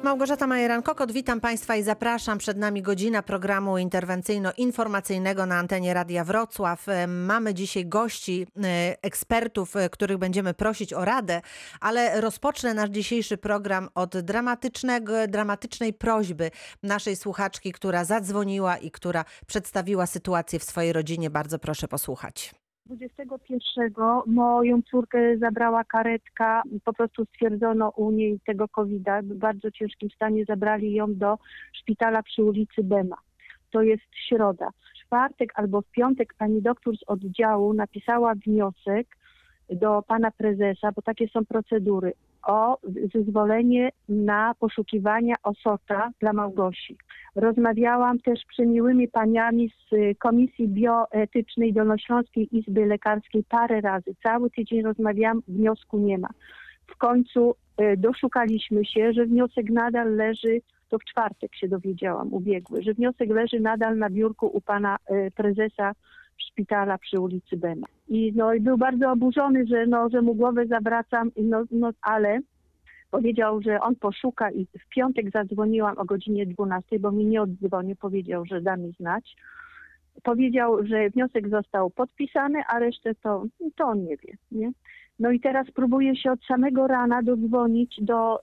Małgorzata Majeran-Kokot, witam Państwa i zapraszam. Przed nami godzina programu interwencyjno-informacyjnego na antenie Radia Wrocław. Mamy dzisiaj gości, ekspertów, których będziemy prosić o radę, ale rozpocznę nasz dzisiejszy program od dramatycznej prośby naszej słuchaczki, która zadzwoniła i która przedstawiła sytuację w swojej rodzinie. Bardzo proszę posłuchać. 21 moją córkę zabrała karetka, po prostu stwierdzono u niej tego COVID-a, w bardzo ciężkim stanie zabrali ją do szpitala przy ulicy Bema. To jest środa. W czwartek albo w piątek pani doktor z oddziału napisała wniosek do pana prezesa, bo takie są procedury, o zezwolenie na poszukiwania osocza dla Małgosi. Rozmawiałam też z przemiłymi paniami z Komisji Bioetycznej Dolnośląskiej Izby Lekarskiej parę razy. Cały tydzień rozmawiałam, wniosku nie ma. W końcu doszukaliśmy się, że wniosek nadal leży, to w czwartek się dowiedziałam, ubiegły, że wniosek leży nadal na biurku u pana prezesa szpitala przy ulicy Bema. I był bardzo oburzony, że mu głowę zawracam, ale powiedział, że on poszuka i w piątek zadzwoniłam o godzinie 12, bo mi nie oddzwonił, powiedział, że da mi znać. Powiedział, że wniosek został podpisany, a resztę to on nie wie, nie? No i teraz próbuję się od samego rana dodzwonić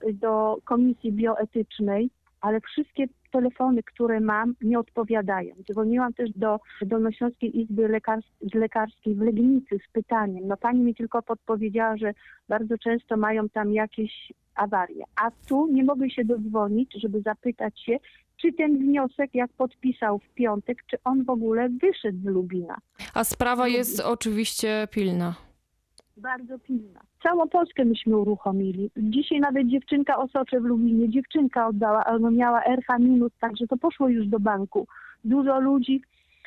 do Komisji Bioetycznej, ale wszystkie telefony, które mam, nie odpowiadają. Dzwoniłam też do Dolnośląskiej Izby Lekarskiej w Legnicy z pytaniem. Pani mi tylko podpowiedziała, że bardzo często mają tam jakieś awarie. A tu nie mogę się dodzwonić, żeby zapytać się, czy ten wniosek, jak podpisał w piątek, czy on w ogóle wyszedł z Lubina. A sprawa jest oczywiście pilna. Bardzo pilna. Całą Polskę myśmy uruchomili. Dzisiaj nawet dziewczynka osocze w Lubinie, dziewczynka oddała, ale miała RH minus, także to poszło już do banku. Dużo ludzi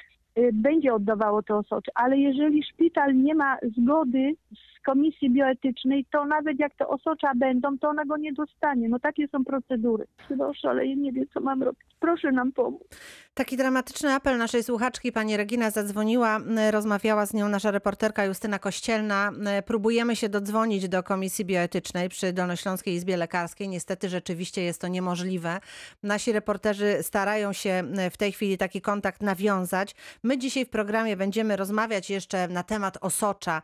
będzie oddawało to osocze, ale jeżeli szpital nie ma zgody z Komisji Bioetycznej, to nawet jak te osocza będą, to ona go nie dostanie. Takie są procedury. Proszę, ale ja nie wiem, co mam robić. Proszę nam pomóc. Taki dramatyczny apel naszej słuchaczki. Pani Regina zadzwoniła, rozmawiała z nią nasza reporterka Justyna Kościelna. Próbujemy się dodzwonić do Komisji Bioetycznej przy Dolnośląskiej Izbie Lekarskiej. Niestety rzeczywiście jest to niemożliwe. Nasi reporterzy starają się w tej chwili taki kontakt nawiązać. My dzisiaj w programie będziemy rozmawiać jeszcze na temat osocza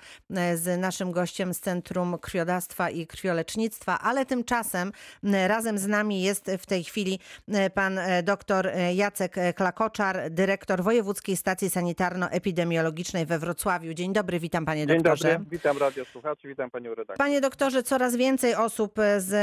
z naszym gościem z Centrum Krwiodawstwa i Krwiolecznictwa, ale tymczasem razem z nami jest w tej chwili pan dr Jacek Klakoczar, dyrektor Wojewódzkiej Stacji Sanitarno-Epidemiologicznej we Wrocławiu. Dzień dobry, witam panie doktorze. Dzień dobry, witam radiosłuchaczy, witam panią redaktor. Panie doktorze, coraz więcej osób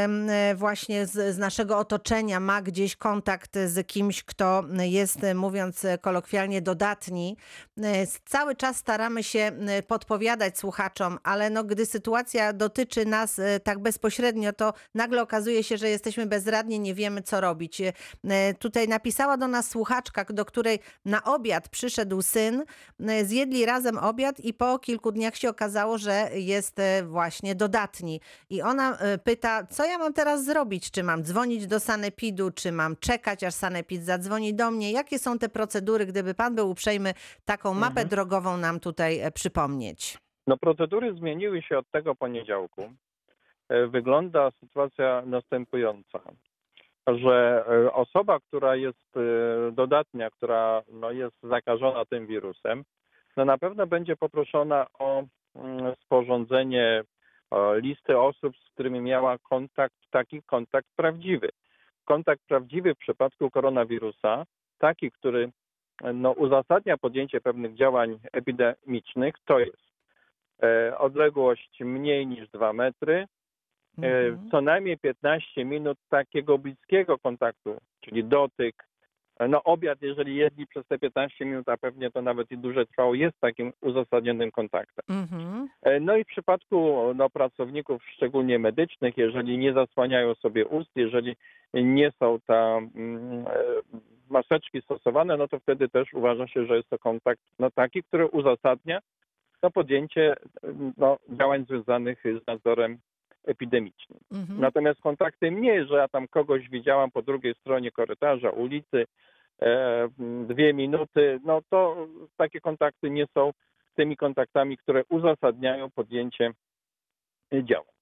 z naszego otoczenia ma gdzieś kontakt z kimś, kto jest, mówiąc kolokwialnie, dodatni. Cały czas staramy się podpowiadać słuchaczom, ale gdy sytuacja dotyczy nas tak bezpośrednio, to nagle okazuje się, że jesteśmy bezradni, nie wiemy co robić. Tutaj napisała do nas słuchaczka, do której na obiad przyszedł syn, zjedli razem obiad i po kilku dniach się okazało, że jest właśnie dodatni. I ona pyta, co ja mam teraz zrobić? Czy mam dzwonić do sanepidu, czy mam czekać, aż sanepid zadzwoni do mnie? Jakie są te procedury, gdyby pan był uprzejmy taką mapę drogową nam tutaj przypomnieć? Procedury zmieniły się od tego poniedziałku. Wygląda sytuacja następująca, że osoba, która jest dodatnia, która jest zakażona tym wirusem, na pewno będzie poproszona o sporządzenie listy osób, z którymi miała kontakt, taki kontakt prawdziwy. Kontakt prawdziwy w przypadku koronawirusa, taki, który uzasadnia podjęcie pewnych działań epidemicznych, to jest odległość mniej niż 2 metry, co najmniej 15 minut takiego bliskiego kontaktu, czyli dotyk. Obiad, jeżeli jedli przez te 15 minut, a pewnie to nawet i dłużej trwało, jest takim uzasadnionym kontaktem. I w przypadku pracowników szczególnie medycznych, jeżeli nie zasłaniają sobie ust, jeżeli nie są maseczki stosowane, to wtedy też uważa się, że jest to kontakt taki, który uzasadnia podjęcie działań związanych z nadzorem epidemicznym. Natomiast kontakty mnie, że ja tam kogoś widziałam po drugiej stronie korytarza, ulicy, 2 minuty, to takie kontakty nie są tymi kontaktami, które uzasadniają podjęcie działań.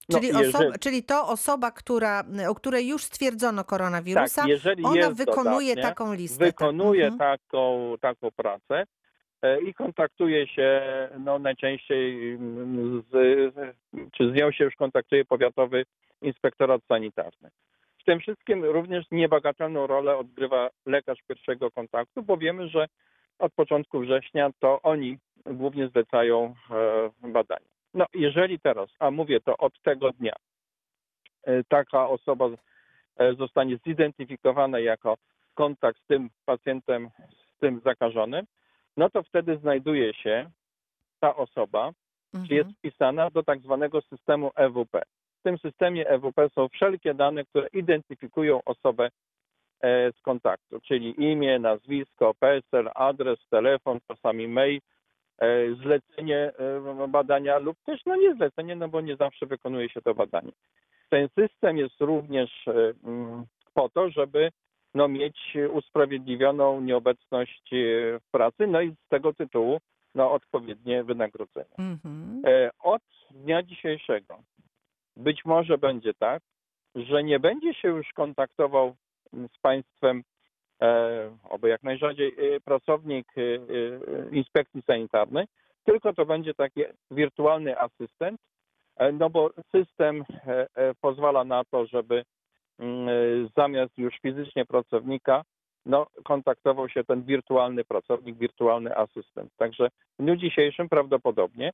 No, Czyli to osoba, u której już stwierdzono koronawirusa, tak, jeżeli ona jest wykonuje dodatnia, taką listę. wykonuje Tak. taką pracę i kontaktuje się najczęściej czy z nią się już kontaktuje powiatowy inspektorat sanitarny. W tym wszystkim również niebagatelną rolę odgrywa lekarz pierwszego kontaktu, bo wiemy, że od początku września to oni głównie zlecają badania. No jeżeli teraz, a mówię to od tego dnia, taka osoba zostanie zidentyfikowana jako kontakt z tym pacjentem, z tym zakażonym, no to wtedy znajduje się ta osoba, czy jest wpisana do tak zwanego systemu EWP. W tym systemie EWP są wszelkie dane, które identyfikują osobę z kontaktu, czyli imię, nazwisko, PESEL, adres, telefon, czasami mail, zlecenie badania lub też nie zlecenie, bo nie zawsze wykonuje się to badanie. Ten system jest również po to, żeby mieć usprawiedliwioną nieobecność w pracy, i z tego tytułu odpowiednie wynagrodzenie. Od dnia dzisiejszego być może będzie tak, że nie będzie się już kontaktował z państwem, oby jak najrzadziej, pracownik inspekcji sanitarnej, tylko to będzie taki wirtualny asystent, bo system pozwala na to, żeby zamiast już fizycznie pracownika, kontaktował się ten wirtualny pracownik, wirtualny asystent. Także w dniu dzisiejszym prawdopodobnie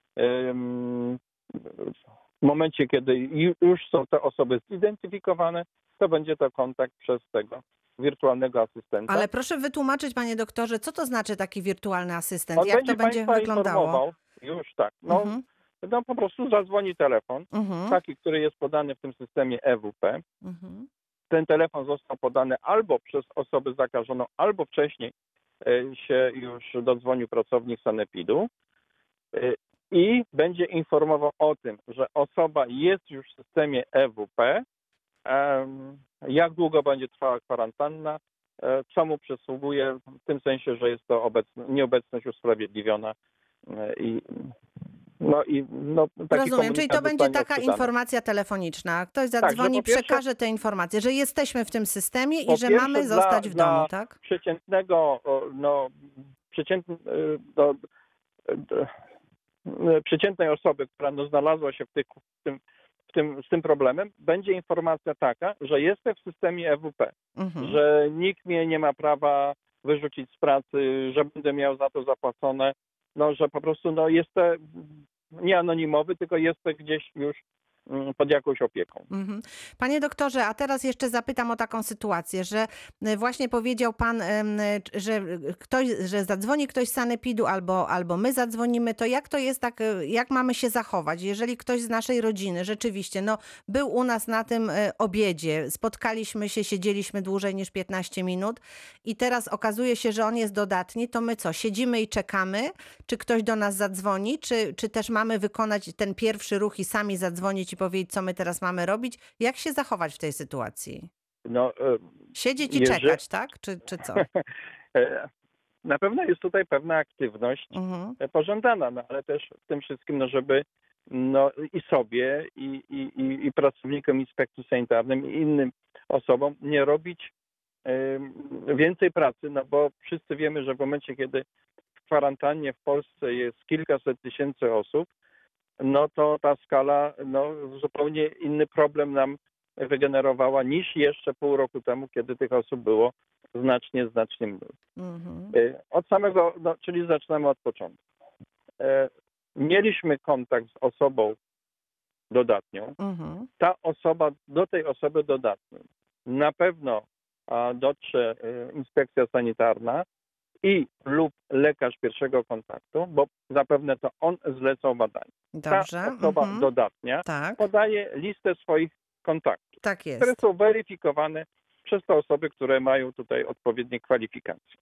w momencie, kiedy już są te osoby zidentyfikowane, to będzie to kontakt przez tego wirtualnego asystenta. Ale proszę wytłumaczyć, panie doktorze, co to znaczy taki wirtualny asystent? On Jak to będzie wyglądało? Informował, już tak. Po prostu zadzwoni telefon, taki, który jest podany w tym systemie EWP. Ten telefon został podany albo przez osobę zakażoną, albo wcześniej się już dodzwonił pracownik sanepidu i będzie informował o tym, że osoba jest już w systemie EWP, jak długo będzie trwała kwarantanna, co mu przysługuje, w tym sensie, że jest to nieobecność usprawiedliwiona Rozumiem, czyli to będzie taka informacja telefoniczna. Ktoś zadzwoni, przekaże tę informację, że jesteśmy w tym systemie i że mamy zostać w domu, tak? Przeciętnej osoby, która znalazła się z tym problemem, będzie informacja taka, że jestem w systemie EWP, że nikt mnie nie ma prawa wyrzucić z pracy, że będę miał za to zapłacone, że po prostu jestem nie anonimowy, tylko jestem gdzieś już pod jakąś opieką. Panie doktorze, a teraz jeszcze zapytam o taką sytuację, że właśnie powiedział pan, że zadzwoni ktoś z sanepidu albo my zadzwonimy, to jak to jest tak, jak mamy się zachować? Jeżeli ktoś z naszej rodziny rzeczywiście był u nas na tym obiedzie, spotkaliśmy się, siedzieliśmy dłużej niż 15 minut i teraz okazuje się, że on jest dodatni, to my co? Siedzimy i czekamy, czy ktoś do nas zadzwoni, czy też mamy wykonać ten pierwszy ruch i sami zadzwonić i powiedzieć, co my teraz mamy robić? Jak się zachować w tej sytuacji? Siedzieć i czekać, tak? Czy co? Na pewno jest tutaj pewna aktywność pożądana, ale też w tym wszystkim, żeby i sobie, i pracownikom inspekcji sanitarnym, i innym osobom nie robić więcej pracy, bo wszyscy wiemy, że w momencie, kiedy w kwarantannie w Polsce jest kilkaset tysięcy osób, to ta skala zupełnie inny problem nam wygenerowała niż jeszcze pół roku temu, kiedy tych osób było znacznie mniej. Od samego, czyli zaczynamy od początku. Mieliśmy kontakt z osobą dodatnią. Ta osoba, do tej osoby dodatniej na pewno dotrze inspekcja sanitarna lub lekarz pierwszego kontaktu, bo zapewne to on zlecał badanie. Dobrze. Ta osoba dodatnia podaje listę swoich kontaktów, które są weryfikowane przez te osoby, które mają tutaj odpowiednie kwalifikacje.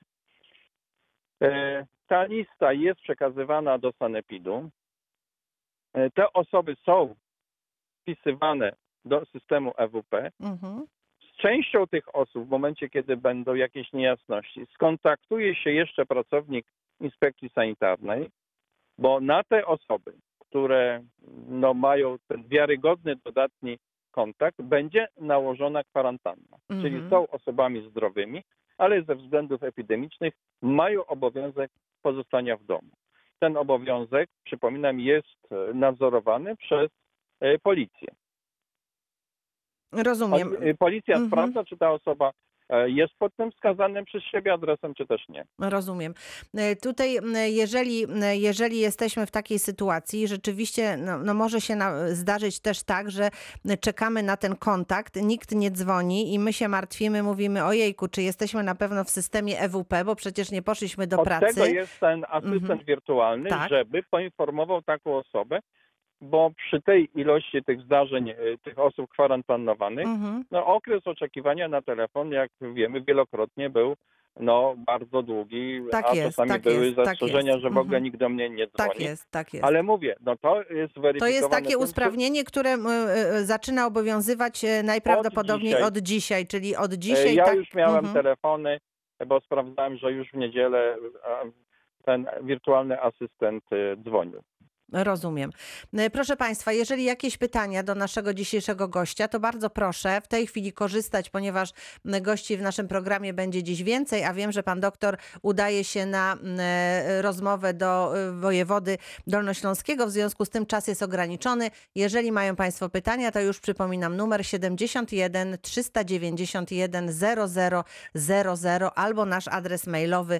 Ta lista jest przekazywana do sanepidu. Te osoby są wpisywane do systemu EWP. Z częścią tych osób w momencie, kiedy będą jakieś niejasności, skontaktuje się jeszcze pracownik inspekcji sanitarnej, bo na te osoby, które no, mają ten wiarygodny, dodatni kontakt, będzie nałożona kwarantanna. Czyli są osobami zdrowymi, ale ze względów epidemicznych mają obowiązek pozostania w domu. Ten obowiązek, przypominam, jest nadzorowany przez policję. Rozumiem. Policja sprawdza, czy ta osoba jest pod tym wskazanym przez siebie adresem, czy też nie. Rozumiem. Tutaj, jeżeli jesteśmy w takiej sytuacji, rzeczywiście no może się zdarzyć też tak, że czekamy na ten kontakt, nikt nie dzwoni i my się martwimy, mówimy ojejku, czy jesteśmy na pewno w systemie EWP, bo przecież nie poszliśmy do pracy. Od tego jest ten asystent wirtualny, tak, żeby poinformował taką osobę, bo przy tej ilości tych zdarzeń, tych osób kwarantannowanych, no okres oczekiwania na telefon, jak wiemy, wielokrotnie był no, bardzo długi, tak a jest, czasami tak były jest, zastrzeżenia, tak jest. że w ogóle nikt do mnie nie dzwoni. Tak jest. Ale mówię, no to jest weryfikowane. To jest takie usprawnienie, które zaczyna obowiązywać najprawdopodobniej od dzisiaj, czyli od dzisiaj. Ja już miałem telefony, bo sprawdzałem, że już w niedzielę ten wirtualny asystent dzwonił. Rozumiem. Proszę Państwa, jeżeli jakieś pytania do naszego dzisiejszego gościa, to bardzo proszę w tej chwili korzystać, ponieważ gości w naszym programie będzie dziś więcej, a wiem, że pan doktor udaje się na rozmowę do wojewody dolnośląskiego, w związku z tym czas jest ograniczony. Jeżeli mają Państwo pytania, to już przypominam numer 71 391 0000 albo nasz adres mailowy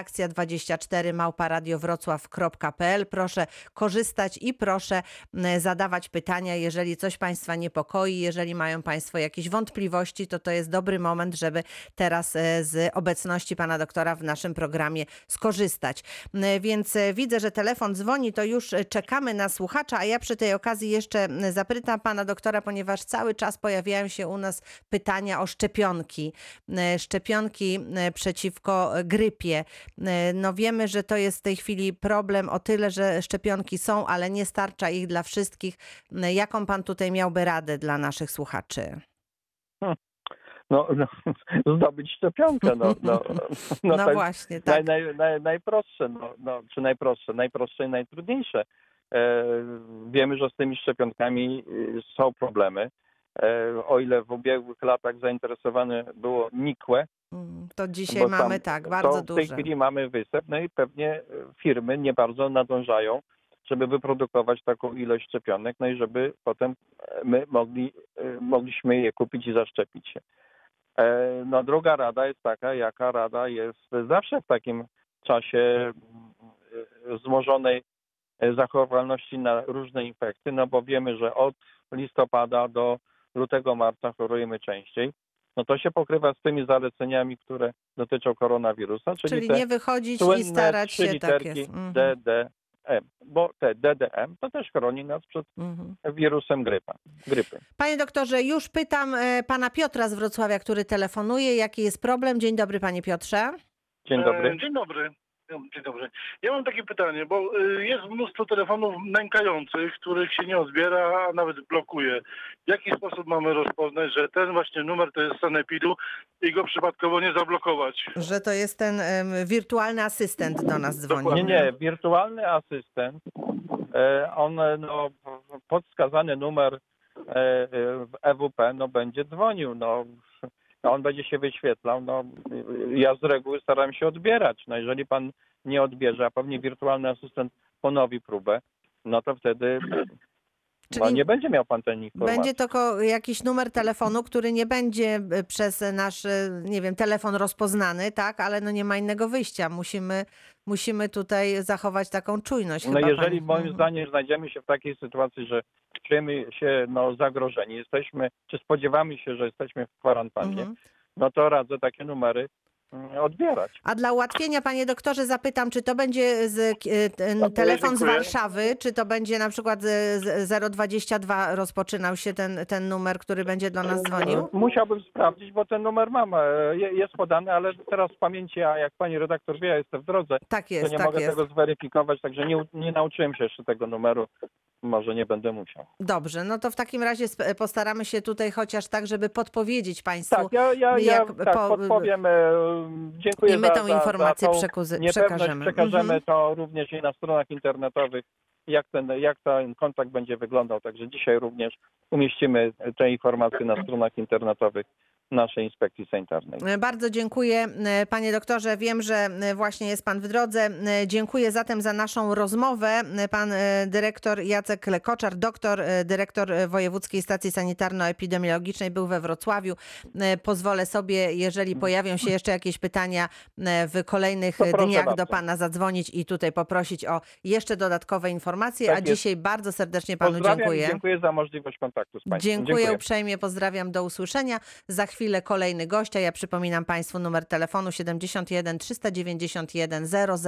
reakcja24@radiowrocław.pl. Proszę korzystać i proszę zadawać pytania, jeżeli coś Państwa niepokoi, jeżeli mają Państwo jakieś wątpliwości, to jest dobry moment, żeby teraz z obecności pana doktora w naszym programie skorzystać. Więc widzę, że telefon dzwoni, to już czekamy na słuchacza, a ja przy tej okazji jeszcze zapytam pana doktora, ponieważ cały czas pojawiają się u nas pytania o szczepionki. Szczepionki przeciwko grypie. No wiemy, że to jest w tej chwili problem o tyle, że szczepionki są, ale nie starcza ich dla wszystkich. Jaką pan tutaj miałby radę dla naszych słuchaczy? No, zdobyć szczepionkę. No właśnie, tak. Najprostsze, czy najprostsze i najtrudniejsze. Wiemy, że z tymi szczepionkami są problemy. O ile w ubiegłych latach zainteresowane było nikłe, to dzisiaj mamy bardzo duże. W tej chwili mamy wysyp, no i pewnie firmy nie bardzo nadążają, żeby wyprodukować taką ilość szczepionek, no i żeby potem my mogliśmy je kupić i zaszczepić się. No druga rada jest taka, jaka rada jest zawsze w takim czasie wzmożonej zachorowalności na różne infekcje, no bo wiemy, że od listopada do lutego, marca chorujemy częściej. No to się pokrywa z tymi zaleceniami, które dotyczą koronawirusa, czyli nie wychodzić i starać się, tak jest. DDM, bo te DDM to też chroni nas przed wirusem grypy. Panie doktorze, już pytam pana Piotra z Wrocławia, który telefonuje. Jaki jest problem? Dzień dobry, panie Piotrze. Dzień dobry. Dzień dobry. Dzień dobry. Ja mam takie pytanie, bo jest mnóstwo telefonów nękających, których się nie odbiera, a nawet blokuje. W jaki sposób mamy rozpoznać, że ten właśnie numer to jest sanepidu i go przypadkowo nie zablokować? Że to jest ten wirtualny asystent do nas dzwoni. Nie. Wirtualny asystent, on pod wskazany numer w EWP będzie dzwonił. On będzie się wyświetlał. Ja z reguły staram się odbierać. No jeżeli pan nie odbierze, a pewnie wirtualny asystent ponowi próbę, no to wtedy nie będzie miał pan tej informacji. Będzie to jakiś numer telefonu, który nie będzie przez nasz, nie wiem, telefon rozpoznany, tak? Ale nie ma innego wyjścia. Musimy tutaj zachować taką czujność. No jeżeli moim zdaniem znajdziemy się w takiej sytuacji, że czujemy się zagrożeni, czy spodziewamy się, że jesteśmy w kwarantannie, no to radzę takie numery odbierać. A dla ułatwienia, panie doktorze, zapytam, czy to będzie telefon z Warszawy, czy to będzie na przykład 022 rozpoczynał się ten numer, który będzie do nas dzwonił? Musiałbym sprawdzić, bo ten numer mam. Jest podany, ale teraz z pamięci, a jak pani redaktor wie, ja jestem w drodze, tak jest, to nie mogę tego zweryfikować, także nie nauczyłem się jeszcze tego numeru. Może nie będę musiał. Dobrze, no to w takim razie postaramy się tutaj chociaż tak, żeby podpowiedzieć państwu. Tak, ja podpowiem. Dziękuję i my tą informację za przekażemy. Przekażemy to również i na stronach internetowych jak ten kontakt będzie wyglądał. Także dzisiaj również umieścimy te informacje na stronach internetowych naszej inspekcji sanitarnej. Bardzo dziękuję, panie doktorze. Wiem, że właśnie jest pan w drodze. Dziękuję zatem za naszą rozmowę. Pan dyrektor Jacek Koczar, dyrektor Wojewódzkiej Stacji Sanitarno-Epidemiologicznej, był we Wrocławiu. Pozwolę sobie, jeżeli pojawią się jeszcze jakieś pytania w kolejnych dniach, bardzo do pana zadzwonić i tutaj poprosić o jeszcze dodatkowe informacje. Tak, a dzisiaj bardzo serdecznie panu dziękuję. Dziękuję za możliwość kontaktu z państwem. Dziękuję uprzejmie, pozdrawiam, do usłyszenia. Za chwilę kolejny gościa. Ja przypominam państwu numer telefonu 71 391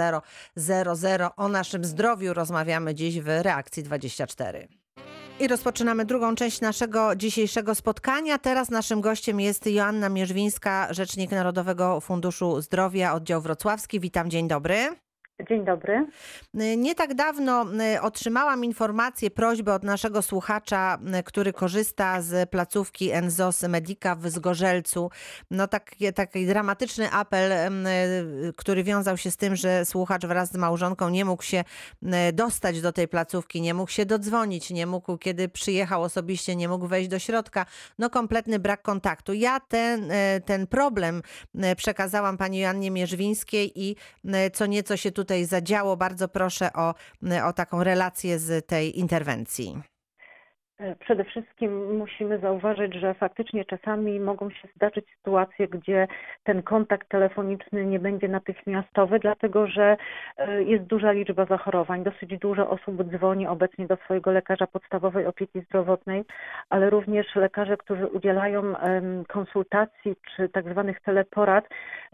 0000. O naszym zdrowiu rozmawiamy dziś w Reakcji 24. I rozpoczynamy drugą część naszego dzisiejszego spotkania. Teraz naszym gościem jest Joanna Mierzwińska, rzecznik Narodowego Funduszu Zdrowia, oddział wrocławski. Witam, dzień dobry. Dzień dobry. Nie tak dawno otrzymałam informację, prośbę od naszego słuchacza, który korzysta z placówki NZOS Medica w Zgorzelcu. No taki dramatyczny apel, który wiązał się z tym, że słuchacz wraz z małżonką nie mógł się dostać do tej placówki, nie mógł się dodzwonić, nie mógł, kiedy przyjechał osobiście, nie mógł wejść do środka. No kompletny brak kontaktu. Ja ten problem przekazałam pani Joannie Mierzwińskiej i co nieco się tutaj zadziało. Bardzo proszę o taką relację z tej interwencji. Przede wszystkim musimy zauważyć, że faktycznie czasami mogą się zdarzyć sytuacje, gdzie ten kontakt telefoniczny nie będzie natychmiastowy, dlatego że jest duża liczba zachorowań. Dosyć dużo osób dzwoni obecnie do swojego lekarza podstawowej opieki zdrowotnej, ale również lekarze, którzy udzielają konsultacji czy tak zwanych teleporad,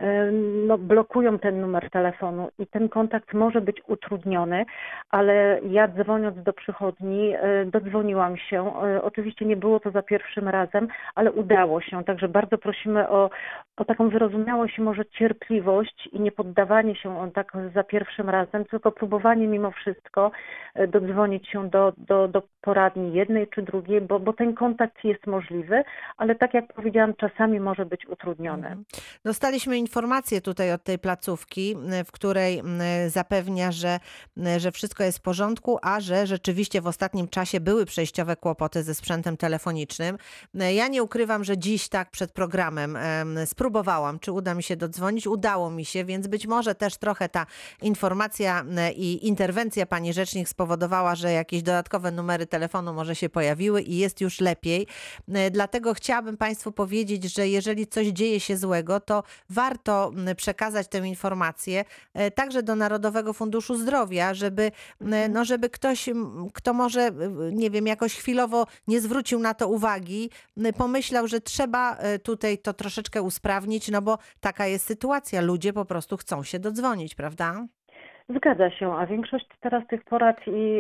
blokują ten numer telefonu i ten kontakt może być utrudniony, ale ja dzwoniąc do przychodni dodzwoniłam się. Oczywiście nie było to za pierwszym razem, ale udało się. Także bardzo prosimy o taką wyrozumiałość i może cierpliwość i nie poddawanie się tak za pierwszym razem, tylko próbowanie mimo wszystko dodzwonić się do poradni jednej czy drugiej, bo ten kontakt jest możliwy, ale tak jak powiedziałam, czasami może być utrudniony. Dostaliśmy informację tutaj od tej placówki, w której zapewnia, że wszystko jest w porządku, a że rzeczywiście w ostatnim czasie były przejściowe kłopoty ze sprzętem telefonicznym. Ja nie ukrywam, że dziś tak przed programem spróbowałam, czy uda mi się dodzwonić. Udało mi się, więc być może też trochę ta informacja i interwencja pani rzecznik spowodowała, że jakieś dodatkowe numery telefonu może się pojawiły i jest już lepiej. Dlatego chciałabym państwu powiedzieć, że jeżeli coś dzieje się złego, to warto przekazać tę informację także do Narodowego Funduszu Zdrowia, żeby ktoś, kto może, nie wiem, jakoś chwilowo nie zwrócił na to uwagi, pomyślał, że trzeba tutaj to troszeczkę usprawnić, no bo taka jest sytuacja. Ludzie po prostu chcą się dodzwonić, prawda? Zgadza się, a większość teraz tych porad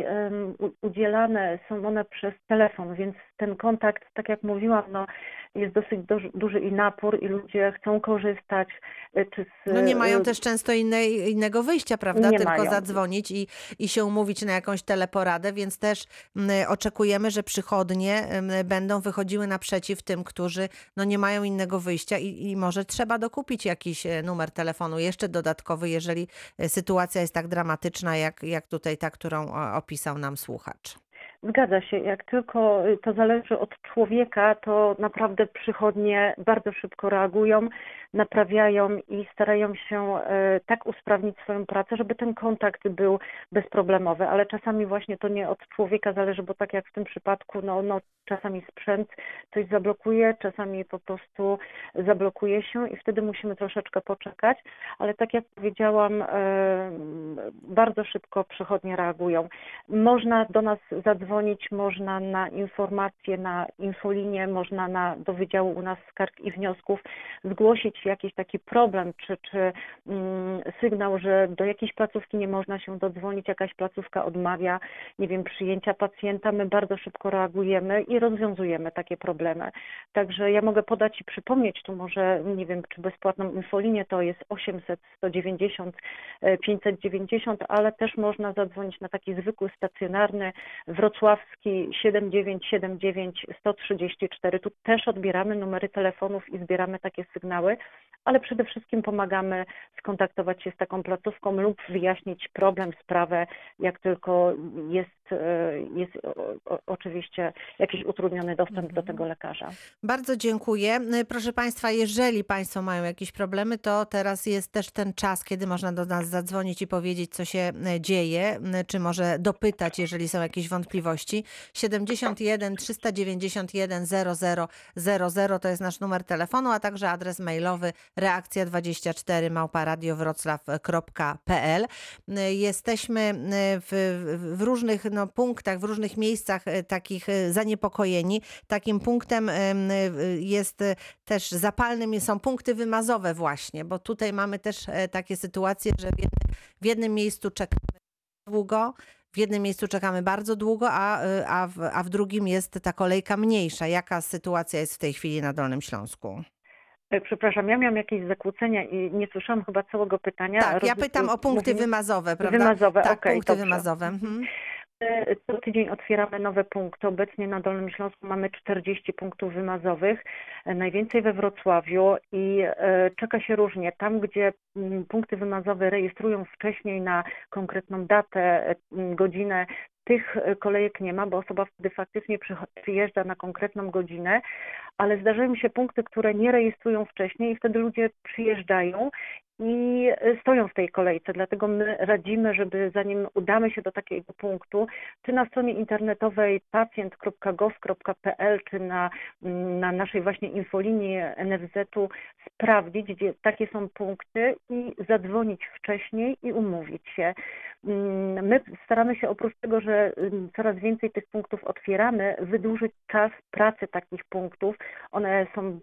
udzielane są one przez telefon, więc ten kontakt, tak jak mówiłam, jest dosyć duży i napór i ludzie chcą korzystać. Nie mają też często innego wyjścia, prawda? Tylko mają. Zadzwonić i się umówić na jakąś teleporadę, więc też oczekujemy, że przychodnie będą wychodziły naprzeciw tym, którzy nie mają innego wyjścia i może trzeba dokupić jakiś numer telefonu jeszcze dodatkowy, jeżeli sytuacja jest tak dramatyczna, jak tutaj ta, którą opisał nam słuchacz. Zgadza się. Jak tylko to zależy od człowieka, to naprawdę przychodnie bardzo szybko reagują, naprawiają i starają się tak usprawnić swoją pracę, żeby ten kontakt był bezproblemowy, ale czasami właśnie to nie od człowieka zależy, bo tak jak w tym przypadku, czasami sprzęt coś zablokuje, czasami po prostu zablokuje się i wtedy musimy troszeczkę poczekać, ale tak jak powiedziałam, bardzo szybko przychodnie reagują. Można do nas zadzwonić, można na informacje, na infolinię, można do Wydziału u nas Skarg i Wniosków zgłosić jakiś taki problem, czy sygnał, że do jakiejś placówki nie można się dodzwonić, jakaś placówka odmawia, przyjęcia pacjenta. My bardzo szybko reagujemy i rozwiązujemy takie problemy. Także ja mogę podać i przypomnieć tu może, czy bezpłatną infolinię, to jest 800 190 590, ale też można zadzwonić na taki zwykły, stacjonarny, wrocławski 7979 134. Tu też odbieramy numery telefonów i zbieramy takie sygnały, ale przede wszystkim pomagamy skontaktować się z taką placówką lub wyjaśnić problem, sprawę, jak tylko jest oczywiście jakiś utrudniony dostęp do tego lekarza. Bardzo dziękuję. Proszę Państwa, jeżeli Państwo mają jakieś problemy, to teraz jest też ten czas, kiedy można do nas zadzwonić i powiedzieć, co się dzieje, czy może dopytać, jeżeli są jakieś wątpliwości. 71 391 0000 to jest nasz numer telefonu, a także adres mailowy reakcja24@radiowroclaw.pl. Jesteśmy w różnych punktach, w różnych miejscach takich zaniepokojeni. Takim punktem jest też zapalnym są punkty wymazowe właśnie, bo tutaj mamy też takie sytuacje, że w jednym miejscu czekamy długo, w jednym miejscu czekamy bardzo długo, a w drugim jest ta kolejka mniejsza. Jaka sytuacja jest w tej chwili na Dolnym Śląsku? Przepraszam, ja miałam jakieś zakłócenia i nie słyszałam chyba całego pytania. Tak, ja pytam o punkty wymazowe, prawda? Wymazowe, tak, okej, punkty dobrze. wymazowe. Mhm. Co tydzień otwieramy nowe punkty. Obecnie na Dolnym Śląsku mamy 40 punktów wymazowych, najwięcej we Wrocławiu i czeka się różnie. Tam, gdzie punkty wymazowe rejestrują wcześniej na konkretną datę, godzinę, tych kolejek nie ma, bo osoba wtedy faktycznie przyjeżdża na konkretną godzinę, ale zdarzają się punkty, które nie rejestrują wcześniej i wtedy ludzie przyjeżdżają i stoją w tej kolejce. Dlatego my radzimy, żeby zanim udamy się do takiego punktu, czy na stronie internetowej pacjent.gov.pl, czy na naszej właśnie infolinii NFZ-u sprawdzić, gdzie takie są punkty i zadzwonić wcześniej i umówić się. My staramy się oprócz tego, że coraz więcej tych punktów otwieramy, wydłużyć czas pracy takich punktów. One są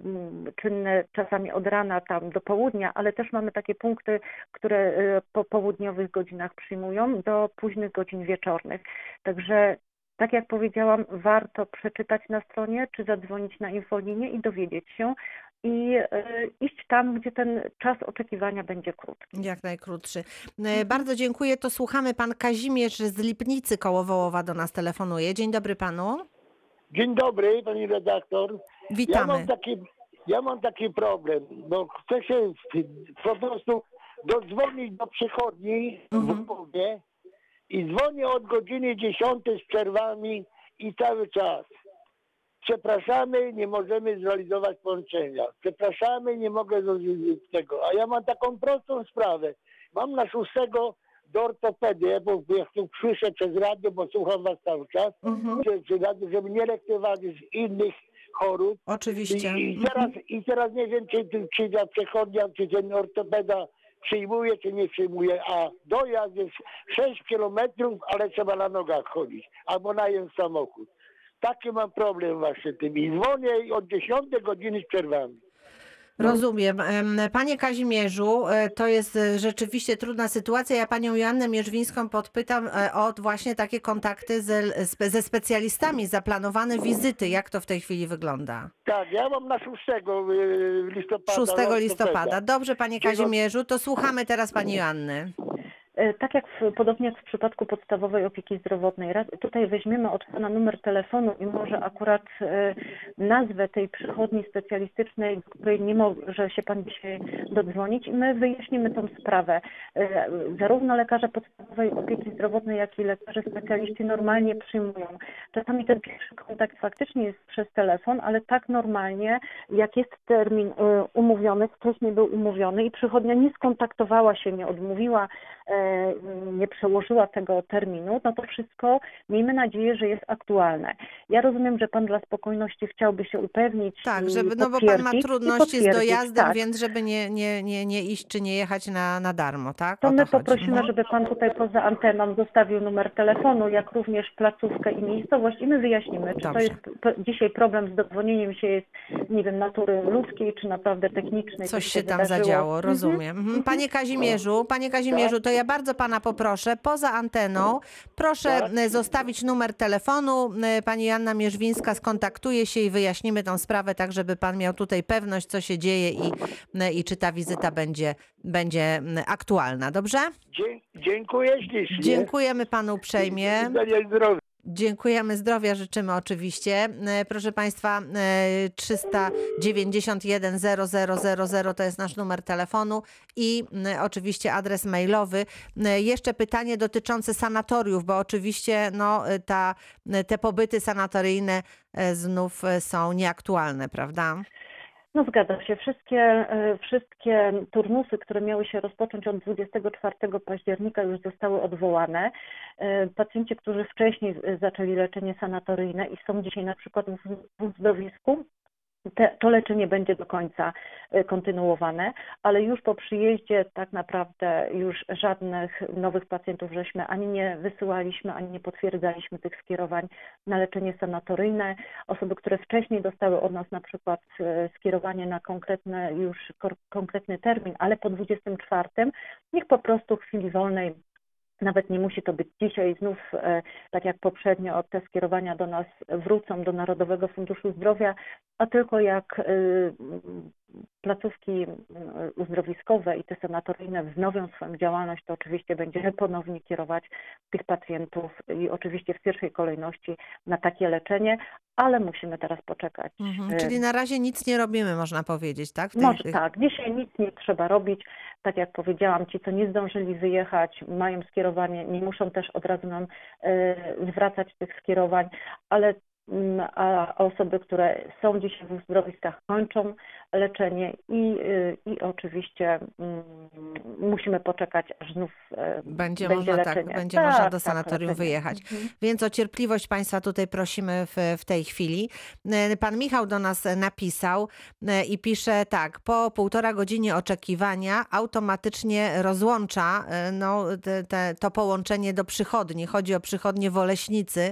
czynne czasami od rana tam do południa, ale też mamy takie punkty, które po południowych godzinach przyjmują do późnych godzin wieczornych. Także tak jak powiedziałam, warto przeczytać na stronie, czy zadzwonić na infolinię i dowiedzieć się i iść tam, gdzie ten czas oczekiwania będzie krótki. Jak najkrótszy. Bardzo dziękuję. To słuchamy. Pan Kazimierz z Lipnicy koło Wołowa do nas telefonuje. Dzień dobry panu. Dzień dobry, pani redaktor. Witamy. Ja mam taki problem, bo chcę się po prostu dodzwonić do przychodni w Lwowie i dzwonię od godziny 10 z przerwami i cały czas. Przepraszamy, nie możemy zrealizować połączenia. Przepraszamy, nie mogę zrobić tego. A ja mam taką prostą sprawę. Mam na 6 do ortopedy, bo jak tu słyszę przez radio, bo słucham was cały czas, przez radio, żeby nie lekceważyć innych chorób. Oczywiście. I teraz nie wiem, czy ta przechodnia, czy ten ortopeda przyjmuje, czy nie przyjmuje, a dojazd jest 6 kilometrów, ale trzeba na nogach chodzić, albo najem samochód. Taki mam problem właśnie tym i dzwonię od 10 godziny z przerwami. Rozumiem. Panie Kazimierzu, to jest rzeczywiście trudna sytuacja. Ja panią Joannę Mierzwińską podpytam o właśnie takie kontakty ze specjalistami, zaplanowane wizyty. Jak to w tej chwili wygląda? Tak, ja mam na 6 listopada. 6 listopada. Dobrze, panie Kazimierzu, to słuchamy teraz pani Joanny. Tak jak podobnie jak w przypadku podstawowej opieki zdrowotnej, tutaj weźmiemy od pana numer telefonu i może akurat nazwę tej przychodni specjalistycznej, do której nie może się pan dzisiaj dodzwonić i my wyjaśnimy tą sprawę. Zarówno lekarze podstawowej opieki zdrowotnej, jak i lekarze specjaliści normalnie przyjmują. Czasami ten pierwszy kontakt faktycznie jest przez telefon, ale tak normalnie, jak jest termin umówiony, wcześniej był umówiony i przychodnia nie skontaktowała się, nie odmówiła, nie przełożyła tego terminu, no to wszystko miejmy nadzieję, że jest aktualne. Ja rozumiem, że pan dla spokojności chciałby się upewnić. Tak, żeby, no bo pan ma trudności z dojazdem, tak. Więc żeby nie iść czy nie jechać na darmo, tak? To my poprosimy, żeby pan tutaj poza anteną zostawił numer telefonu, jak również placówkę i miejscowość i my wyjaśnimy, czy to jest dzisiaj problem z dodzwonieniem się jest, nie wiem, natury ludzkiej, czy naprawdę technicznej. Coś się tam zadziało, rozumiem. Panie Kazimierzu, to ja bardzo pana poproszę, poza anteną, proszę zostawić numer telefonu. Pani Joanna Mierzwińska skontaktuje się i wyjaśnimy tą sprawę, tak żeby pan miał tutaj pewność, co się dzieje i czy ta wizyta będzie aktualna. Dobrze? Dziękuję ślicznie. Dziękujemy panu uprzejmie. Zdrowie. Dziękujemy, zdrowia życzymy oczywiście. Proszę Państwa, 391 0000 to jest nasz numer telefonu i oczywiście adres mailowy. Jeszcze pytanie dotyczące sanatoriów, bo oczywiście te pobyty sanatoryjne znów są nieaktualne, prawda? No zgadza się. Wszystkie turnusy, które miały się rozpocząć od 24 października już zostały odwołane. Pacjenci, którzy wcześniej zaczęli leczenie sanatoryjne i są dzisiaj na przykład w uzdrowisku, to leczenie będzie do końca kontynuowane, ale już po przyjeździe tak naprawdę już żadnych nowych pacjentów żeśmy ani nie wysyłaliśmy, ani nie potwierdzaliśmy tych skierowań na leczenie sanatoryjne. Osoby, które wcześniej dostały od nas na przykład skierowanie na konkretny termin, ale po 24, niech po prostu w chwili wolnej, nawet nie musi to być dzisiaj, znów tak jak poprzednio te skierowania do nas wrócą do Narodowego Funduszu Zdrowia, a tylko jak placówki uzdrowiskowe i te sanatoryjne wznowią swoją działalność, to oczywiście będziemy ponownie kierować tych pacjentów i oczywiście w pierwszej kolejności na takie leczenie, ale musimy teraz poczekać. Czyli na razie nic nie robimy, można powiedzieć, tak? Tak, dzisiaj nic nie trzeba robić. Tak jak powiedziałam, ci, co nie zdążyli wyjechać, mają skierowanie, nie muszą też od razu nam zwracać tych skierowań, a osoby, które są dzisiaj w uzdrowiskach, kończą leczenie i oczywiście musimy poczekać, aż znów będzie leczenie. Będzie można do sanatorium wyjechać. Więc o cierpliwość Państwa tutaj prosimy w tej chwili. Pan Michał do nas napisał i pisze tak: po 1,5 godziny oczekiwania automatycznie rozłącza to połączenie do przychodni. Chodzi o przychodnię w Oleśnicy.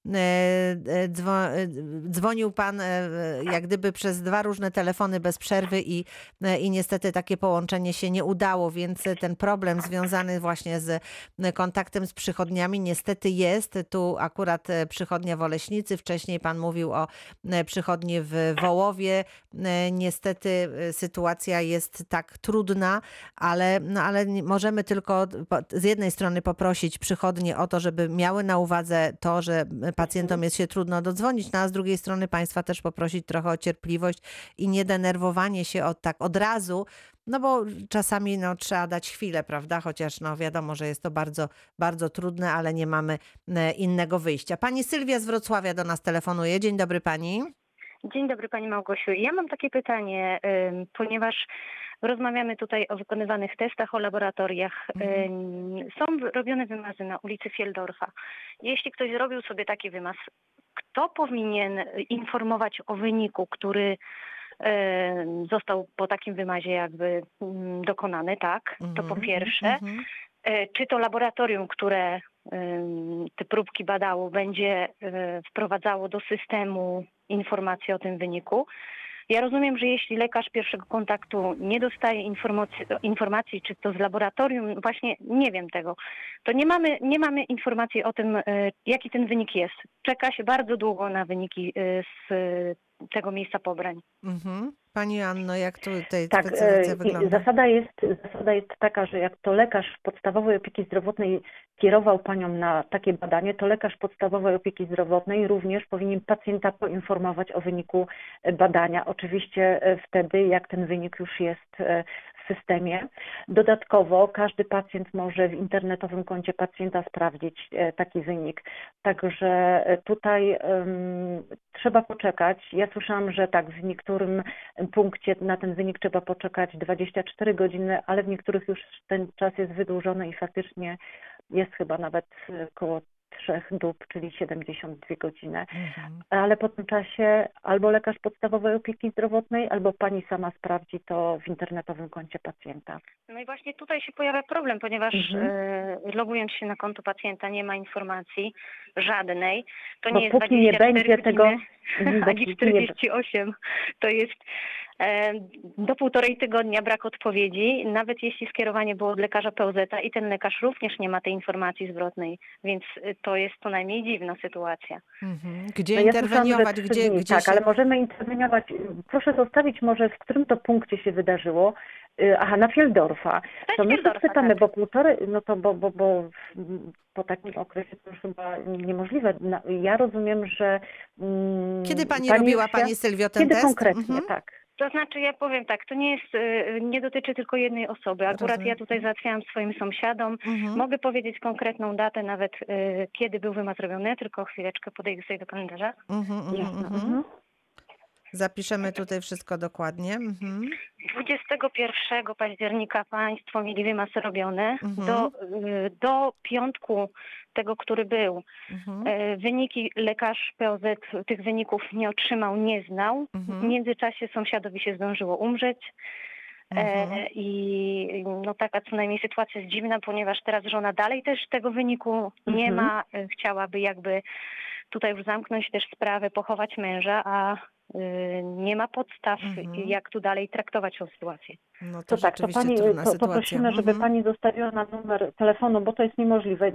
Dzwonił pan jak gdyby przez 2 różne telefony bez przerwy i niestety takie połączenie się nie udało, więc ten problem związany właśnie z kontaktem z przychodniami niestety jest. Tu akurat przychodnia w Oleśnicy, wcześniej pan mówił o przychodni w Wołowie. Niestety sytuacja jest tak trudna, ale możemy tylko z jednej strony poprosić przychodnie o to, żeby miały na uwadze to, że pacjentom jest się trudno dodzwonić, a z drugiej strony Państwa też poprosić trochę o cierpliwość i nie denerwowanie się od razu, bo czasami trzeba dać chwilę, prawda? Chociaż wiadomo, że jest to bardzo, bardzo trudne, ale nie mamy innego wyjścia. Pani Sylwia z Wrocławia do nas telefonuje. Dzień dobry pani. Dzień dobry pani Małgosiu. Ja mam takie pytanie, ponieważ rozmawiamy tutaj o wykonywanych testach, o laboratoriach. Są robione wymazy na ulicy Fieldorfa. Jeśli ktoś zrobił sobie taki wymaz, kto powinien informować o wyniku, który został po takim wymazie jakby dokonany, tak? To po pierwsze. Czy to laboratorium, które te próbki badało, będzie wprowadzało do systemu informacje o tym wyniku? Ja rozumiem, że jeśli lekarz pierwszego kontaktu nie dostaje informacji, czy to z laboratorium, właśnie nie wiem tego, to nie mamy informacji o tym, jaki ten wynik jest. Czeka się bardzo długo na wyniki z tego miejsca pobrań. Pani Anno, jak tutaj specyfikacja wygląda? Zasada jest taka, że jak to lekarz podstawowej opieki zdrowotnej kierował panią na takie badanie, to lekarz podstawowej opieki zdrowotnej również powinien pacjenta poinformować o wyniku badania. Oczywiście wtedy, jak ten wynik już jest w systemie. Dodatkowo każdy pacjent może w internetowym koncie pacjenta sprawdzić taki wynik. Także tutaj trzeba poczekać. Ja słyszałam, że tak, w niektórym punkcie na ten wynik trzeba poczekać 24 godziny, ale w niektórych już ten czas jest wydłużony i faktycznie jest chyba nawet około 3 dób, czyli 72 godziny. Ale po tym czasie albo lekarz podstawowej opieki zdrowotnej, albo pani sama sprawdzi to w internetowym koncie pacjenta. No i właśnie tutaj się pojawia problem, ponieważ logując się na konto pacjenta nie ma informacji żadnej. To nie jest 24 godziny, ani 48. To jest do 1,5 tygodnia brak odpowiedzi, nawet jeśli skierowanie było od lekarza POZ i ten lekarz również nie ma tej informacji zwrotnej, więc to jest co najmniej dziwna sytuacja. Gdzie interweniować? Tak, ale możemy interweniować. Proszę zostawić może, w którym to punkcie się wydarzyło. Aha, na Fieldorfa. To my Fieldorfa, pytamy, tak. bo półtorej, no to bo po takim okresie to już chyba niemożliwe. Ja rozumiem, że Kiedy pani robiła, już pani Sylwio, ten kiedy test? konkretnie, tak. To znaczy, ja powiem tak, to nie dotyczy tylko jednej osoby. Akurat Rozumiem. ja tutaj załatwiałam swoim sąsiadom. Mogę powiedzieć konkretną datę, nawet kiedy był wymaz robiony, tylko chwileczkę podejdę sobie do kalendarza. Jasne. Zapiszemy tutaj wszystko dokładnie. 21 października państwo mieli wymaz robiony. Do piątku tego, który był, wyniki lekarz POZ tych wyników nie otrzymał, nie znał. W międzyczasie sąsiadowi się zdążyło umrzeć. I no taka co najmniej sytuacja jest dziwna, ponieważ teraz żona dalej też tego wyniku nie ma. Chciałaby jakby tutaj już zamknąć też sprawę, pochować męża, a nie ma podstaw, jak tu dalej traktować tą sytuację. No To tak, to pani, poprosimy, żeby pani zostawiła na numer telefonu, bo to jest niemożliwe.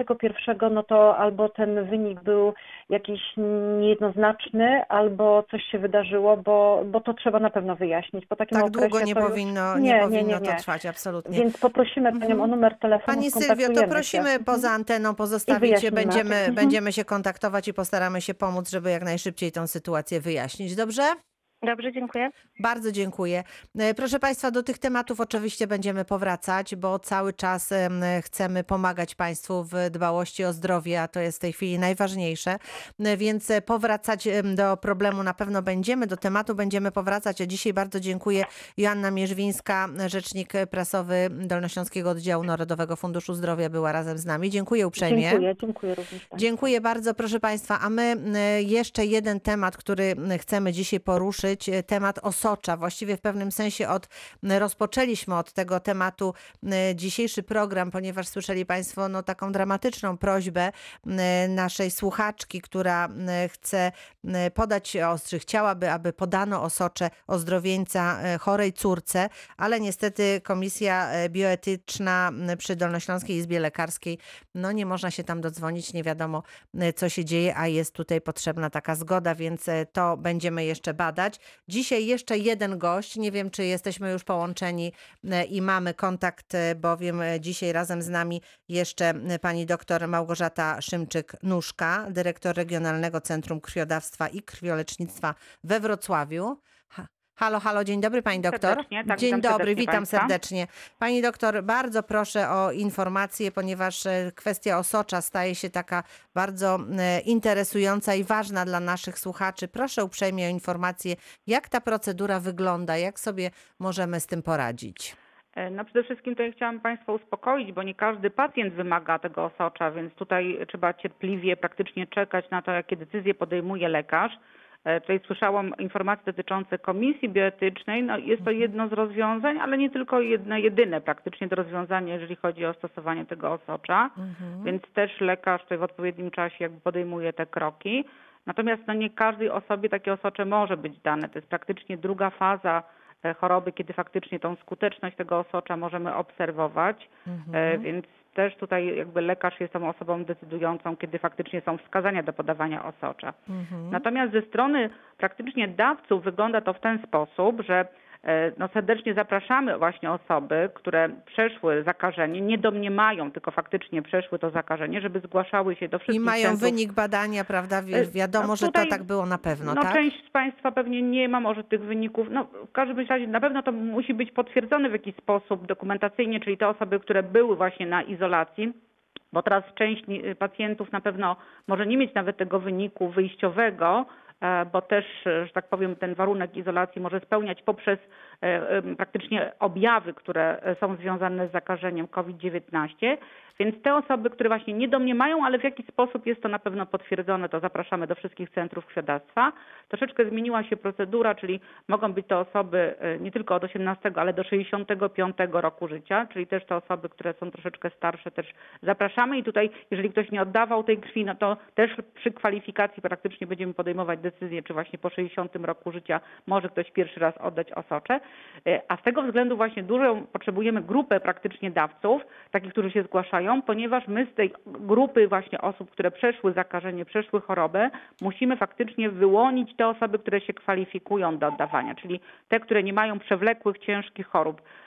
21, no to albo ten wynik był jakiś niejednoznaczny, albo coś się wydarzyło, bo to trzeba na pewno wyjaśnić. Po takim Tak okresie długo nie to powinno, nie. to trwać, absolutnie. Więc poprosimy panią o numer telefonu. Pani Sylwio, to prosimy poza anteną pozostawić się, będziemy się kontaktować i postaramy się pomóc, żeby jak najszybciej tą sytuację wyjaśnić. Dobrze? Dobrze, dziękuję. Bardzo dziękuję. Proszę Państwa, do tych tematów oczywiście będziemy powracać, bo cały czas chcemy pomagać Państwu w dbałości o zdrowie, a to jest w tej chwili najważniejsze. Więc powracać do problemu na pewno będziemy, do tematu będziemy powracać. A dzisiaj bardzo dziękuję. Joanna Mierzwińska, rzecznik prasowy Dolnośląskiego Oddziału Narodowego Funduszu Zdrowia była razem z nami. Dziękuję uprzejmie. Dziękuję również. Dziękuję bardzo, proszę Państwa. A my jeszcze jeden temat, który chcemy dzisiaj poruszyć, temat osocza. Właściwie w pewnym sensie rozpoczęliśmy od tego tematu dzisiejszy program, ponieważ słyszeli Państwo taką dramatyczną prośbę naszej słuchaczki, która chce podać chciałaby, aby podano osocze ozdrowieńca chorej córce, ale niestety Komisja Bioetyczna przy Dolnośląskiej Izbie Lekarskiej, nie można się tam dodzwonić, nie wiadomo co się dzieje, a jest tutaj potrzebna taka zgoda, więc to będziemy jeszcze badać. Dzisiaj jeszcze jeden gość, nie wiem czy jesteśmy już połączeni i mamy kontakt, bowiem dzisiaj razem z nami jeszcze pani doktor Małgorzata Szymczyk-Nóżka, dyrektor Regionalnego Centrum Krwiodawstwa i Krwiolecznictwa we Wrocławiu. Halo, dzień dobry pani doktor. Tak, dzień dobry, witam państwa. serdecznie. Pani doktor, bardzo proszę o informację, ponieważ kwestia osocza staje się taka bardzo interesująca i ważna dla naszych słuchaczy. Proszę uprzejmie o informację, jak ta procedura wygląda, jak sobie możemy z tym poradzić. No przede wszystkim to ja chciałam Państwa uspokoić, bo nie każdy pacjent wymaga tego osocza, więc tutaj trzeba cierpliwie praktycznie czekać na to, jakie decyzje podejmuje lekarz. Tutaj słyszałam informacje dotyczące komisji bioetycznej. No jest to jedno z rozwiązań, ale nie tylko jedyne praktycznie to rozwiązanie, jeżeli chodzi o stosowanie tego osocza. Więc też lekarz tutaj w odpowiednim czasie jakby podejmuje te kroki. Natomiast nie każdej osobie takie osocze może być dane. To jest praktycznie druga faza choroby, kiedy faktycznie tą skuteczność tego osocza możemy obserwować. Więc też tutaj jakby lekarz jest tą osobą decydującą, kiedy faktycznie są wskazania do podawania osocza. Natomiast ze strony praktycznie dawców wygląda to w ten sposób, że serdecznie zapraszamy właśnie osoby, które przeszły zakażenie, nie domniemają, tylko faktycznie przeszły to zakażenie, żeby zgłaszały się do wszystkich I mają centrów. wynik badania, prawda? Wiadomo, że to tak było na pewno, tak? Część z Państwa pewnie nie ma może tych wyników. W każdym razie na pewno to musi być potwierdzone w jakiś sposób dokumentacyjnie, czyli te osoby, które były właśnie na izolacji, bo teraz część pacjentów na pewno może nie mieć nawet tego wyniku wyjściowego, bo też, że tak powiem, ten warunek izolacji może spełniać poprzez praktycznie objawy, które są związane z zakażeniem COVID-19. Więc te osoby, które właśnie nie domniemają, ale w jakiś sposób jest to na pewno potwierdzone, to zapraszamy do wszystkich centrów krwiodawstwa. Troszeczkę zmieniła się procedura, czyli mogą być to osoby nie tylko od 18, ale do 65 roku życia, czyli też te osoby, które są troszeczkę starsze, też zapraszamy. I tutaj, jeżeli ktoś nie oddawał tej krwi, no to też przy kwalifikacji praktycznie będziemy podejmować decyzję, czy właśnie po 60 roku życia może ktoś pierwszy raz oddać osocze. A z tego względu właśnie dużą potrzebujemy grupę praktycznie dawców, takich, którzy się zgłaszają, ponieważ my z tej grupy właśnie osób, które przeszły zakażenie, przeszły chorobę, musimy faktycznie wyłonić te osoby, które się kwalifikują do oddawania, czyli te, które nie mają przewlekłych, ciężkich chorób.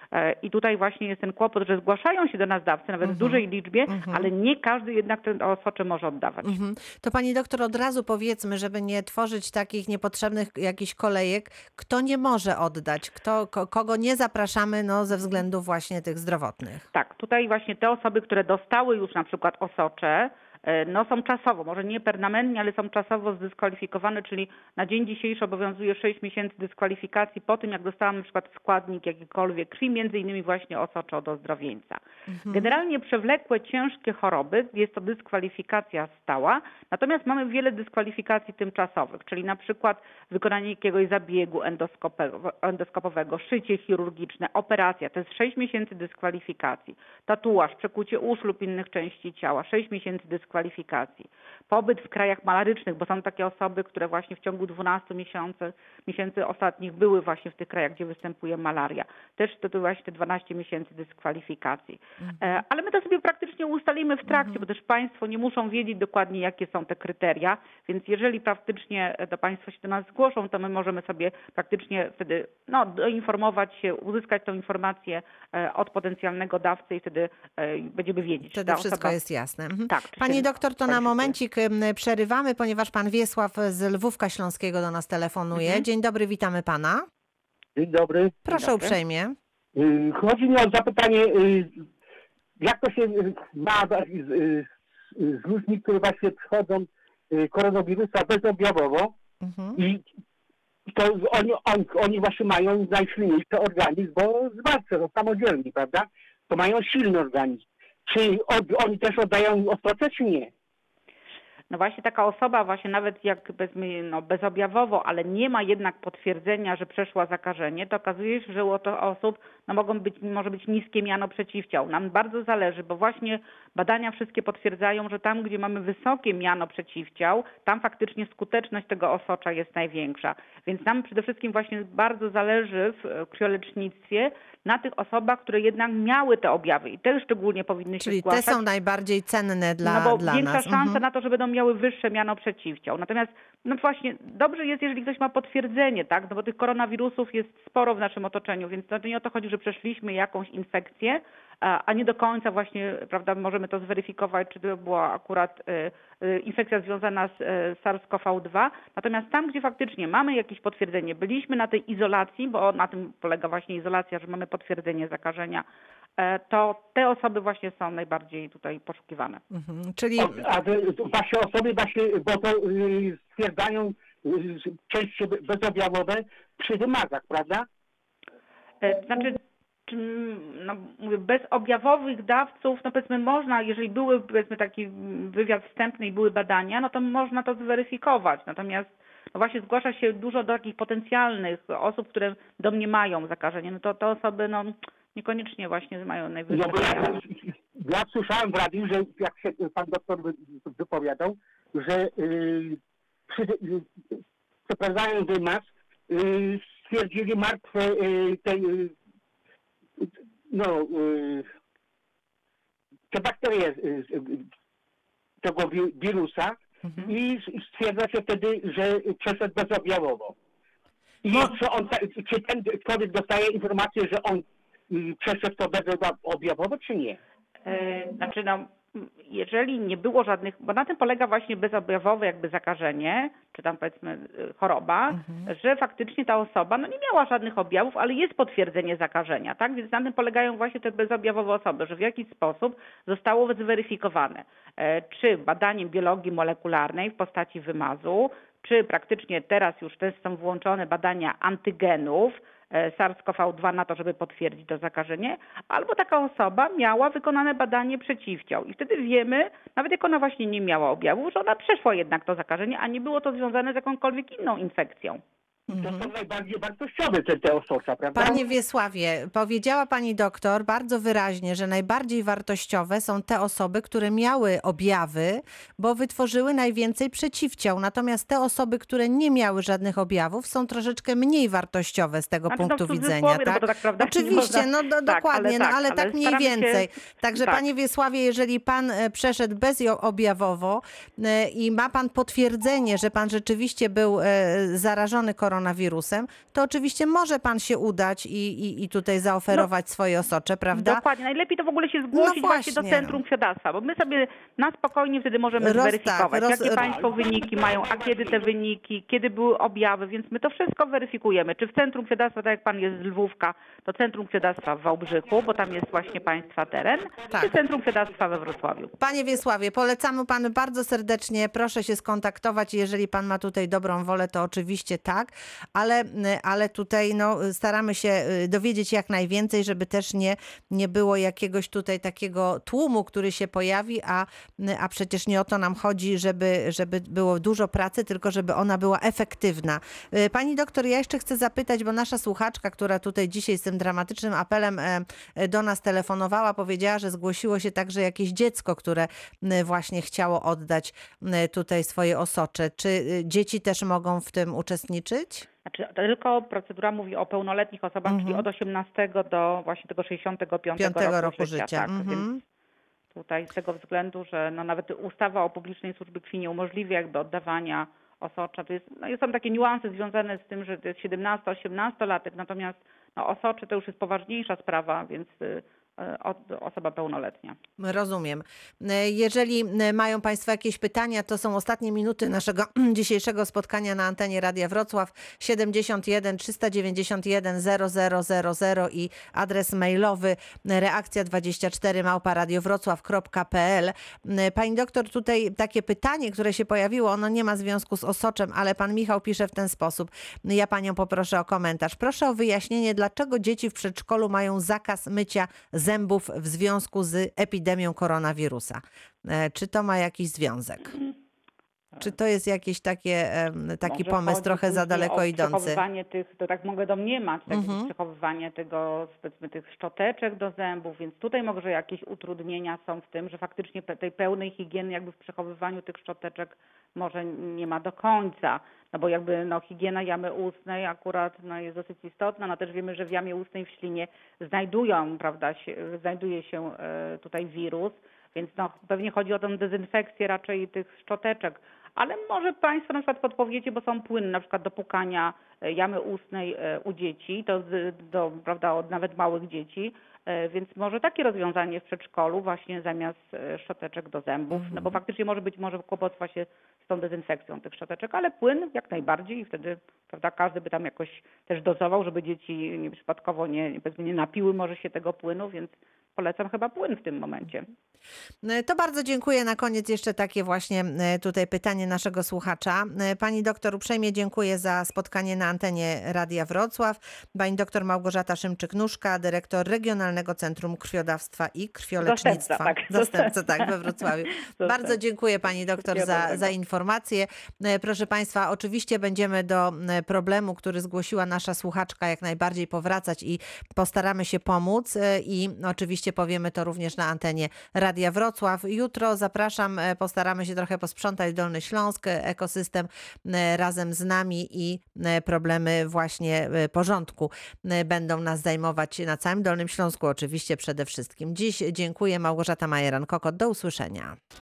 I tutaj właśnie jest ten kłopot, że zgłaszają się do nas dawcy, nawet w dużej liczbie, ale nie każdy jednak ten osocze może oddawać. To pani doktor, od razu powiedzmy, żeby nie tworzyć takich niepotrzebnych jakichś kolejek, kto nie może oddać, kogo nie zapraszamy ze względów właśnie tych zdrowotnych. Tak, tutaj właśnie te osoby, które dostały już na przykład osocze, są czasowo, może nie permanentnie, ale są czasowo zdyskwalifikowane, czyli na dzień dzisiejszy obowiązuje 6 miesięcy dyskwalifikacji po tym, jak dostałam na przykład składnik jakikolwiek krwi, między innymi właśnie osocze od ozdrowieńca. Generalnie przewlekłe, ciężkie choroby jest to dyskwalifikacja stała, natomiast mamy wiele dyskwalifikacji tymczasowych, czyli na przykład wykonanie jakiegoś zabiegu endoskopowego, szycie chirurgiczne, operacja, to jest 6 miesięcy dyskwalifikacji, tatuaż, przekucie uszu lub innych części ciała, 6 miesięcy dyskwalifikacji. Pobyt w krajach malarycznych, bo są takie osoby, które właśnie w ciągu 12 miesięcy ostatnich były właśnie w tych krajach, gdzie występuje malaria. Też to właśnie te 12 miesięcy dyskwalifikacji. Ale my to sobie praktycznie ustalimy w trakcie, bo też Państwo nie muszą wiedzieć dokładnie, jakie są te kryteria, więc jeżeli praktycznie to Państwo się do nas zgłoszą, to my możemy sobie praktycznie wtedy doinformować się, uzyskać tą informację od potencjalnego dawcy i wtedy będziemy wiedzieć. Wtedy wszystko jest jasne. Tak, Pani doktor, to na momencik przerywamy, ponieważ pan Wiesław z Lwówka Śląskiego do nas telefonuje. Dzień dobry, witamy pana. Dzień dobry. Proszę uprzejmie. Chodzi mi o zapytanie, jak to się ma z ludźmi, którzy właśnie przychodzą koronawirusa bezobjawowo i to oni właśnie mają najsilniejszy organizm, bo zwalcza, to samodzielni, prawda? To mają silny organizm. Czy oni też oddają osocze, czy nie? No właśnie taka osoba właśnie nawet jak bezobjawowo, ale nie ma jednak potwierdzenia, że przeszła zakażenie, to okazuje się, że u tych osób może być niskie miano przeciwciał. Nam bardzo zależy, bo właśnie badania wszystkie potwierdzają, że tam, gdzie mamy wysokie miano przeciwciał, tam faktycznie skuteczność tego osocza jest największa. Więc nam przede wszystkim właśnie bardzo zależy w krwiolecznictwie na tych osobach, które jednak miały te objawy i te szczególnie powinny się zgłaszać. Czyli te są najbardziej cenne dla nas. No bo większa szansa na to, że będą miały wyższe miano przeciwciał. Natomiast właśnie dobrze jest, jeżeli ktoś ma potwierdzenie, tak? No bo tych koronawirusów jest sporo w naszym otoczeniu, więc to nie o to chodzi, że przeszliśmy jakąś infekcję, a nie do końca właśnie, prawda, możemy to zweryfikować, czy to była akurat infekcja związana z SARS-CoV-2. Natomiast tam, gdzie faktycznie mamy jakieś potwierdzenie, byliśmy na tej izolacji, bo na tym polega właśnie izolacja, że mamy potwierdzenie zakażenia, to te osoby właśnie są najbardziej tutaj poszukiwane. Czyli... A wasze osoby bo to stwierdzają częściej bezobjawowe przy wymazach, prawda? Znaczy, mówię, bezobjawowych dawców, powiedzmy można, jeżeli były powiedzmy taki wywiad wstępny i były badania, no to można to zweryfikować. Natomiast właśnie zgłasza się dużo do takich potencjalnych osób, które domniemają zakażenie. No to te osoby niekoniecznie właśnie mają najwyższe. Ja słyszałem w radiu, że jak się pan doktor wypowiadał, że przeprowadzają wymaz, stwierdzili martwe te bakterie tego wirusa i stwierdza się wtedy, że przeszedł bezobjawowo. I czy ten człowiek dostaje informację, że on przeszedł to bezobjawowo, czy nie? Znaczy jeżeli nie było żadnych, bo na tym polega właśnie bezobjawowe jakby zakażenie, czy tam powiedzmy choroba, że faktycznie ta osoba nie miała żadnych objawów, ale jest potwierdzenie zakażenia, tak? Więc na tym polegają właśnie te bezobjawowe osoby, że w jakiś sposób zostało zweryfikowane, czy badaniem biologii molekularnej w postaci wymazu, czy praktycznie teraz już też są włączone badania antygenów SARS-CoV-2 na to, żeby potwierdzić to zakażenie, albo taka osoba miała wykonane badanie przeciwciał i wtedy wiemy, nawet jak ona właśnie nie miała objawów, że ona przeszła jednak to zakażenie, a nie było to związane z jakąkolwiek inną infekcją. To są najbardziej wartościowe te osocza, prawda? Panie Wiesławie, powiedziała pani doktor bardzo wyraźnie, że najbardziej wartościowe są te osoby, które miały objawy, bo wytworzyły najwięcej przeciwciał. Natomiast te osoby, które nie miały żadnych objawów, są troszeczkę mniej wartościowe z tego punktu widzenia. Tak? No tak, prawda? Oczywiście, dokładnie, ale tak mniej więcej. Także panie Wiesławie, jeżeli pan przeszedł bezobjawowo i ma pan potwierdzenie, że pan rzeczywiście był zarażony koronawirusem, koronawirusem, to oczywiście może pan się udać i tutaj zaoferować swoje osocze, prawda? Dokładnie. Najlepiej to w ogóle się zgłosić właśnie do Centrum Krwiodawstwa, bo my sobie na spokojnie wtedy możemy zweryfikować, jakie państwo wyniki mają, a kiedy te wyniki, kiedy były objawy, więc my to wszystko weryfikujemy. Czy w Centrum Krwiodawstwa, tak jak pan jest z Lwówka, to Centrum Krwiodawstwa w Wałbrzychu, bo tam jest właśnie państwa teren, czy Centrum Krwiodawstwa we Wrocławiu. Panie Wiesławie, polecamy panu bardzo serdecznie, proszę się skontaktować, jeżeli pan ma tutaj dobrą wolę, to oczywiście tak, ale tutaj staramy się dowiedzieć jak najwięcej, żeby też nie było jakiegoś tutaj takiego tłumu, który się pojawi, a przecież nie o to nam chodzi, żeby było dużo pracy, tylko żeby ona była efektywna. Pani doktor, ja jeszcze chcę zapytać, bo nasza słuchaczka, która tutaj dzisiaj z tym dramatycznym apelem do nas telefonowała, powiedziała, że zgłosiło się także jakieś dziecko, które właśnie chciało oddać tutaj swoje osocze. Czy dzieci też mogą w tym uczestniczyć? Znaczy, tylko procedura mówi o pełnoletnich osobach, czyli od 18 do właśnie tego 65 roku życia. Tak, więc tutaj z tego względu, że nawet ustawa o publicznej służbie krwi nie umożliwia jakby oddawania osocza. To są takie niuanse związane z tym, że to jest 17-18-latek, natomiast osocze to już jest poważniejsza sprawa, więc osoba pełnoletnia. Rozumiem. Jeżeli mają państwo jakieś pytania, to są ostatnie minuty naszego dzisiejszego spotkania na antenie Radia Wrocław 71 391 0000 i adres mailowy reakcja24@radiowrocław.pl. Pani doktor, tutaj takie pytanie, które się pojawiło, ono nie ma związku z osoczem, ale pan Michał pisze w ten sposób. Ja panią poproszę o komentarz. Proszę o wyjaśnienie, dlaczego dzieci w przedszkolu mają zakaz mycia zębów w związku z epidemią koronawirusa. Czy to ma jakiś związek? Czy to jest jakiś taki pomysł trochę za daleko idący? Przechowywanie tych, to tak mogę domniemać, przechowywanie tego, powiedzmy, tych szczoteczek do zębów, więc tutaj może jakieś utrudnienia są w tym, że faktycznie tej pełnej higieny jakby w przechowywaniu tych szczoteczek może nie ma do końca. No bo jakby higiena jamy ustnej akurat jest dosyć istotna. Też wiemy, że w jamie ustnej w ślinie znajduje się tutaj wirus, więc pewnie chodzi o tę dezynfekcję raczej tych szczoteczek. Ale może państwo na przykład podpowiecie, bo są płyny na przykład do płukania jamy ustnej u dzieci, od nawet małych dzieci, więc może takie rozwiązanie w przedszkolu właśnie zamiast szczoteczek do zębów, bo faktycznie może kłopot właśnie z tą dezynfekcją tych szczoteczek, ale płyn jak najbardziej i wtedy każdy by tam jakoś też dozował, żeby dzieci przypadkowo nie napiły może się tego płynu, więc polecam chyba płyn w tym momencie. To bardzo dziękuję. Na koniec jeszcze takie właśnie tutaj pytanie naszego słuchacza. Pani doktor, uprzejmie dziękuję za spotkanie na antenie Radia Wrocław. Pani doktor Małgorzata Szymczyk-Nóżka, dyrektor Regionalnego Centrum Krwiodawstwa i Krwiolecznictwa. Zastępca, we Wrocławiu. Bardzo dziękuję pani doktor za informację. Proszę państwa, oczywiście będziemy do problemu, który zgłosiła nasza słuchaczka, jak najbardziej powracać i postaramy się pomóc i oczywiście powiemy to również na antenie Radia Wrocław. Jutro zapraszam, postaramy się trochę posprzątać Dolny Śląsk, ekosystem razem z nami i problemy właśnie porządku będą nas zajmować na całym Dolnym Śląsku oczywiście przede wszystkim. Dziś dziękuję. Małgorzata Majeran-Kokot. Do usłyszenia.